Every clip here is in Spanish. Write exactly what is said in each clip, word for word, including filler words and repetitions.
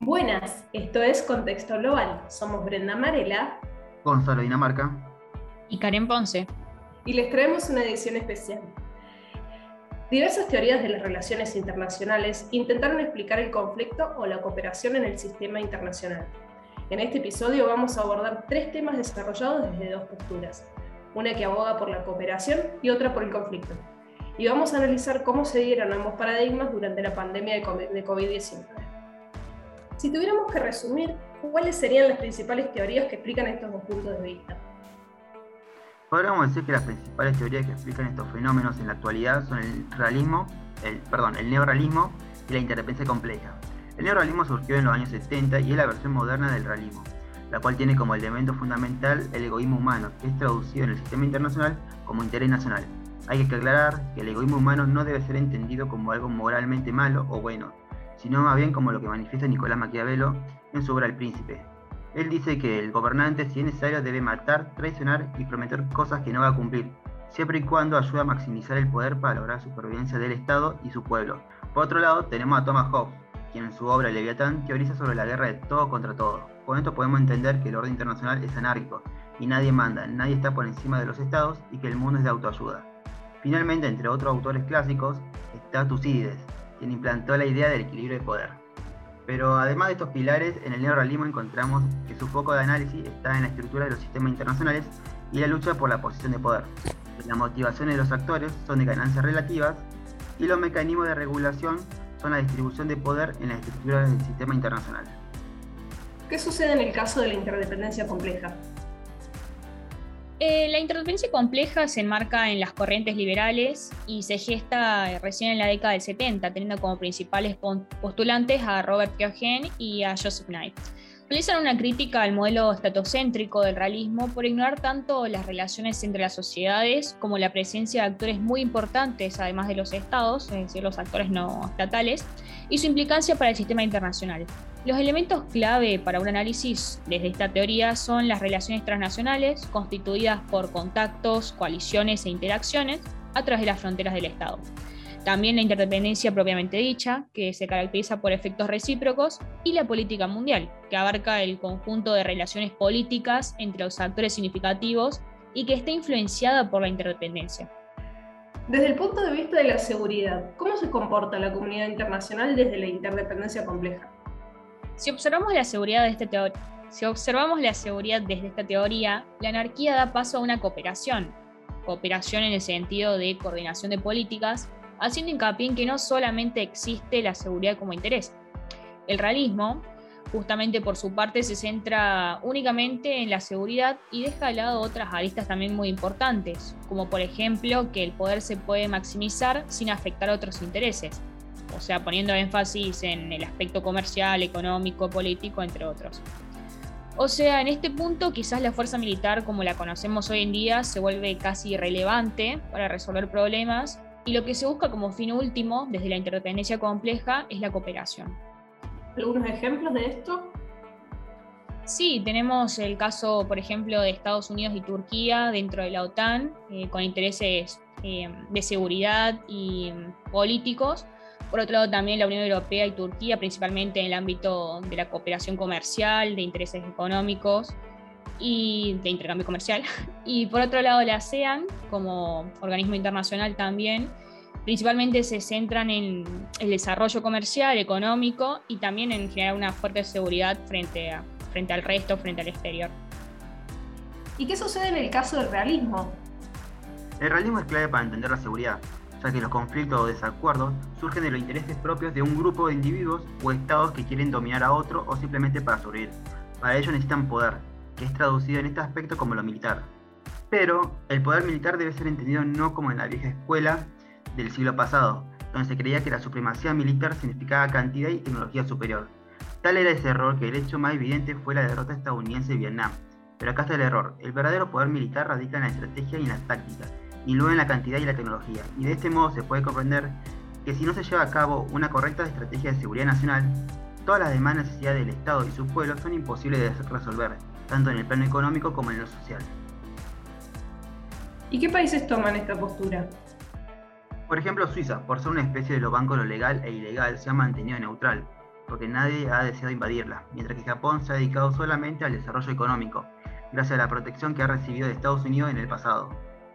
Buenas, esto es Contexto Global. Somos Brenda Marela Gonzalo Dinamarca y Karen Ponce. Y les traemos una edición especial. Diversas teorías de las relaciones internacionales intentaron explicar el conflicto o la cooperación en el sistema internacional. En este episodio vamos a abordar tres temas desarrollados desde dos posturas, una que aboga por la cooperación y otra por el conflicto. Y vamos a analizar cómo se dieron ambos paradigmas durante la pandemia de COVID diecinueve. Si tuviéramos que resumir, ¿cuáles serían las principales teorías que explican estos dos puntos de vista? Podríamos decir que las principales teorías que explican estos fenómenos en la actualidad son el realismo, el, perdón, el neorrealismo y la interdependencia compleja. El neorrealismo surgió en los años setenta y es la versión moderna del realismo, la cual tiene como elemento fundamental el egoísmo humano, que es traducido en el sistema internacional como interés nacional. Hay que aclarar que el egoísmo humano no debe ser entendido como algo moralmente malo o bueno, sino más bien como lo que manifiesta Nicolás Maquiavelo en su obra El Príncipe. Él dice que el gobernante, si es necesario, debe matar, traicionar y prometer cosas que no va a cumplir, siempre y cuando ayude a maximizar el poder para lograr la supervivencia del Estado y su pueblo. Por otro lado, tenemos a Thomas Hobbes, quien en su obra Leviatán teoriza sobre la guerra de todo contra todo. Con esto podemos entender que el orden internacional es anárquico, y nadie manda, nadie está por encima de los estados y que el mundo es de autoayuda. Finalmente, entre otros autores clásicos, está Tucídides, quien implantó la idea del equilibrio de poder. Pero además de estos pilares, en el neorrealismo encontramos que su foco de análisis está en la estructura de los sistemas internacionales y la lucha por la posición de poder. Las motivaciones de los actores son de ganancias relativas y los mecanismos de regulación son la distribución de poder en las estructuras del sistema internacional. ¿Qué sucede en el caso de la interdependencia compleja? Eh, la interdependencia compleja se enmarca en las corrientes liberales y se gesta recién en la década del setenta, teniendo como principales postulantes a Robert Keohane y a Joseph Nye. Realizan una crítica al modelo estatocéntrico del realismo por ignorar tanto las relaciones entre las sociedades como la presencia de actores muy importantes, además de los estados, es decir, los actores no estatales, y su implicancia para el sistema internacional. Los elementos clave para un análisis desde esta teoría son las relaciones transnacionales, constituidas por contactos, coaliciones e interacciones a través de las fronteras del Estado. También la interdependencia propiamente dicha, que se caracteriza por efectos recíprocos, y la política mundial, que abarca el conjunto de relaciones políticas entre los actores significativos y que está influenciada por la interdependencia. Desde el punto de vista de la seguridad, ¿cómo se comporta la comunidad internacional desde la interdependencia compleja? Si observamos la seguridad de esta teoría, si observamos la seguridad desde esta teoría, la anarquía da paso a una cooperación, cooperación en el sentido de coordinación de políticas, haciendo hincapié en que no solamente existe la seguridad como interés. El realismo, justamente por su parte, se centra únicamente en la seguridad y deja de lado otras aristas también muy importantes, como por ejemplo que el poder se puede maximizar sin afectar a otros intereses, o sea, poniendo énfasis en el aspecto comercial, económico, político, entre otros. O sea, en este punto quizás la fuerza militar como la conocemos hoy en día se vuelve casi irrelevante para resolver problemas, y lo que se busca como fin último desde la interdependencia compleja es la cooperación. ¿Algunos ejemplos de esto? Sí, tenemos el caso, por ejemplo, de Estados Unidos y Turquía dentro de la OTAN, eh, con intereses eh, de seguridad y políticos. Por otro lado, también la Unión Europea y Turquía, principalmente en el ámbito de la cooperación comercial, de intereses económicos y de intercambio comercial. Y por otro lado, la ASEAN, como organismo internacional también, principalmente se centran en el desarrollo comercial, económico y también en generar una fuerte seguridad frente, a, frente al resto, frente al exterior. ¿Y qué sucede en el caso del realismo? El realismo es clave para entender la seguridad, ya que los conflictos o desacuerdos surgen de los intereses propios de un grupo de individuos o estados que quieren dominar a otro o simplemente para sobrevivir. Para ello necesitan poder, que es traducido en este aspecto como lo militar. Pero el poder militar debe ser entendido no como en la vieja escuela del siglo pasado, donde se creía que la supremacía militar significaba cantidad y tecnología superior. Tal era ese error que el hecho más evidente fue la derrota estadounidense de Vietnam. Pero acá está el error: el verdadero poder militar radica en la estrategia y en la táctica, y luego en la cantidad y la tecnología. Y de este modo se puede comprender que si no se lleva a cabo una correcta estrategia de seguridad nacional, todas las demás necesidades del Estado y su pueblo son imposibles de resolver, tanto en el plano económico como en lo social. ¿Y qué países toman esta postura? Por ejemplo, Suiza, por ser una especie de lo banco lo legal e ilegal, se ha mantenido neutral. porque nadie ha deseado invadirla, mientras que Japón se ha dedicado solamente al desarrollo económico, gracias a la protección que ha recibido de Estados Unidos en el pasado.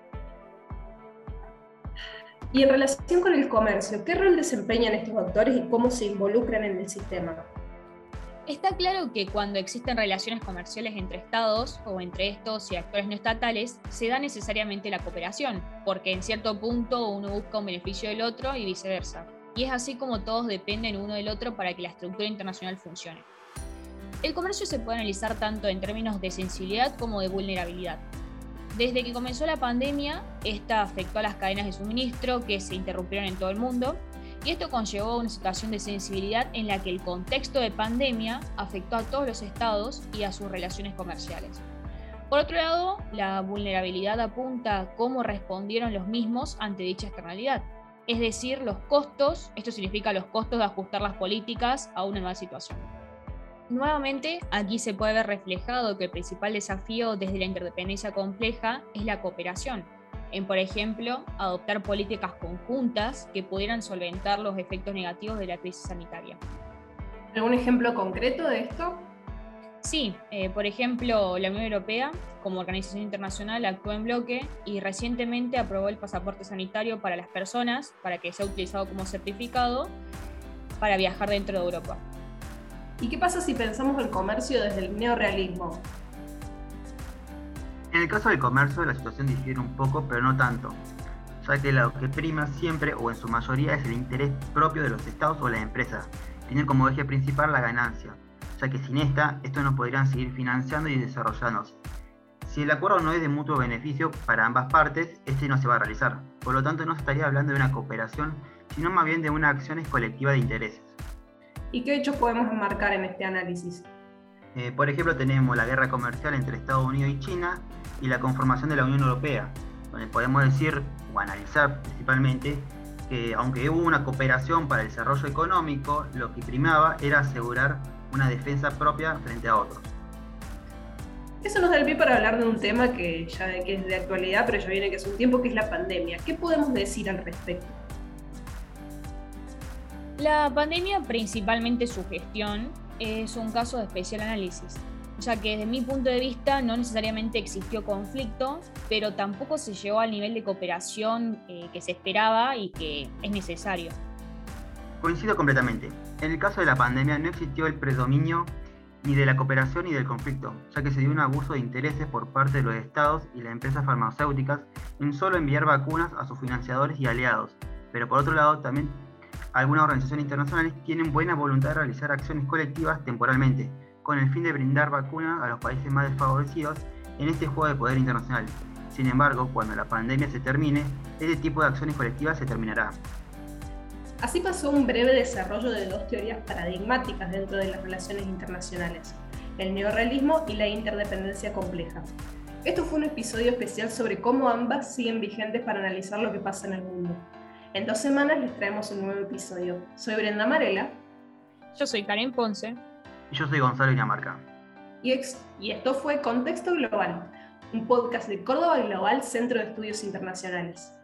Y en relación con el comercio, ¿qué rol desempeñan estos actores y cómo se involucran en el sistema? Está claro que cuando existen relaciones comerciales entre estados o entre estos y actores no estatales, se da necesariamente la cooperación, porque en cierto punto uno busca un beneficio del otro y viceversa. Y es así como todos dependen uno del otro para que la estructura internacional funcione. El comercio se puede analizar tanto en términos de sensibilidad como de vulnerabilidad. Desde que comenzó la pandemia, esta afectó a las cadenas de suministro que se interrumpieron en todo el mundo, y esto conllevó a una situación de sensibilidad en la que el contexto de pandemia afectó a todos los estados y a sus relaciones comerciales. Por otro lado, la vulnerabilidad apunta a cómo respondieron los mismos ante dicha externalidad, es decir, los costos, esto significa los costos de ajustar las políticas a una nueva situación. Nuevamente, aquí se puede ver reflejado que el principal desafío desde la interdependencia compleja es la cooperación, en, por ejemplo, adoptar políticas conjuntas que pudieran solventar los efectos negativos de la crisis sanitaria. ¿Algún ejemplo concreto de esto? Sí, eh, por ejemplo, la Unión Europea, como organización internacional, actuó en bloque y recientemente aprobó el pasaporte sanitario para las personas, para que sea utilizado como certificado para viajar dentro de Europa. ¿Y qué pasa si pensamos el comercio desde el neorrealismo? En el caso del comercio, la situación difiere un poco, pero no tanto, ya que lo que prima siempre o en su mayoría es el interés propio de los estados o las empresas, tienen como eje principal la ganancia, ya que sin esta, estos no podrían seguir financiando y desarrollándose. Si el acuerdo no es de mutuo beneficio para ambas partes, este no se va a realizar, por lo tanto no se estaría hablando de una cooperación, sino más bien de una acción colectiva de intereses. ¿Y qué hechos podemos enmarcar en este análisis? Eh, por ejemplo, tenemos la guerra comercial entre Estados Unidos y China y la conformación de la Unión Europea, donde podemos decir o analizar principalmente que aunque hubo una cooperación para el desarrollo económico, lo que primaba era asegurar una defensa propia frente a otros. Eso nos da el pie para hablar de un tema que ya que es de actualidad, pero ya viene que es un tiempo, que es la pandemia. ¿Qué podemos decir al respecto? La pandemia, principalmente su gestión, es un caso de especial análisis, ya que desde mi punto de vista no necesariamente existió conflicto, pero tampoco se llegó al nivel de cooperación eh, que se esperaba y que es necesario. Coincido completamente. En el caso de la pandemia no existió el predominio ni de la cooperación ni del conflicto, ya que se dio un abuso de intereses por parte de los estados y las empresas farmacéuticas en solo enviar vacunas a sus financiadores y aliados, pero por otro lado también algunas organizaciones internacionales tienen buena voluntad de realizar acciones colectivas temporalmente, con el fin de brindar vacunas a los países más desfavorecidos en este juego de poder internacional. Sin embargo, cuando la pandemia se termine, este tipo de acciones colectivas se terminará. Así pasó un breve desarrollo de dos teorías paradigmáticas dentro de las relaciones internacionales, el neorrealismo y la interdependencia compleja. Esto fue un episodio especial sobre cómo ambas siguen vigentes para analizar lo que pasa en el mundo. En dos semanas les traemos un nuevo episodio. Soy Brenda Marela. Yo soy Karen Ponce. Y yo soy Gonzalo Dinamarca. Y, ex- y esto fue Contexto Global, un podcast de Córdoba Global Centro de Estudios Internacionales.